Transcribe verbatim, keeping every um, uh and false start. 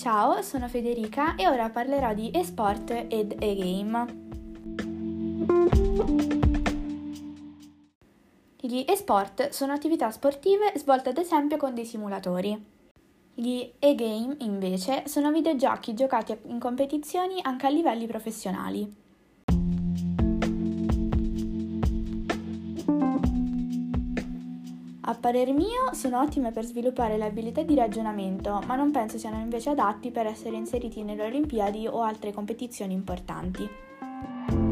Ciao, sono Federica e ora parlerò di e-sport ed e-game. Gli e-sport sono attività sportive svolte ad esempio con dei simulatori. Gli e-game, invece, sono videogiochi giocati in competizioni anche a livelli professionali. A parer mio sono ottime per sviluppare le abilità di ragionamento, ma non penso siano invece adatti per essere inseriti nelle Olimpiadi o altre competizioni importanti.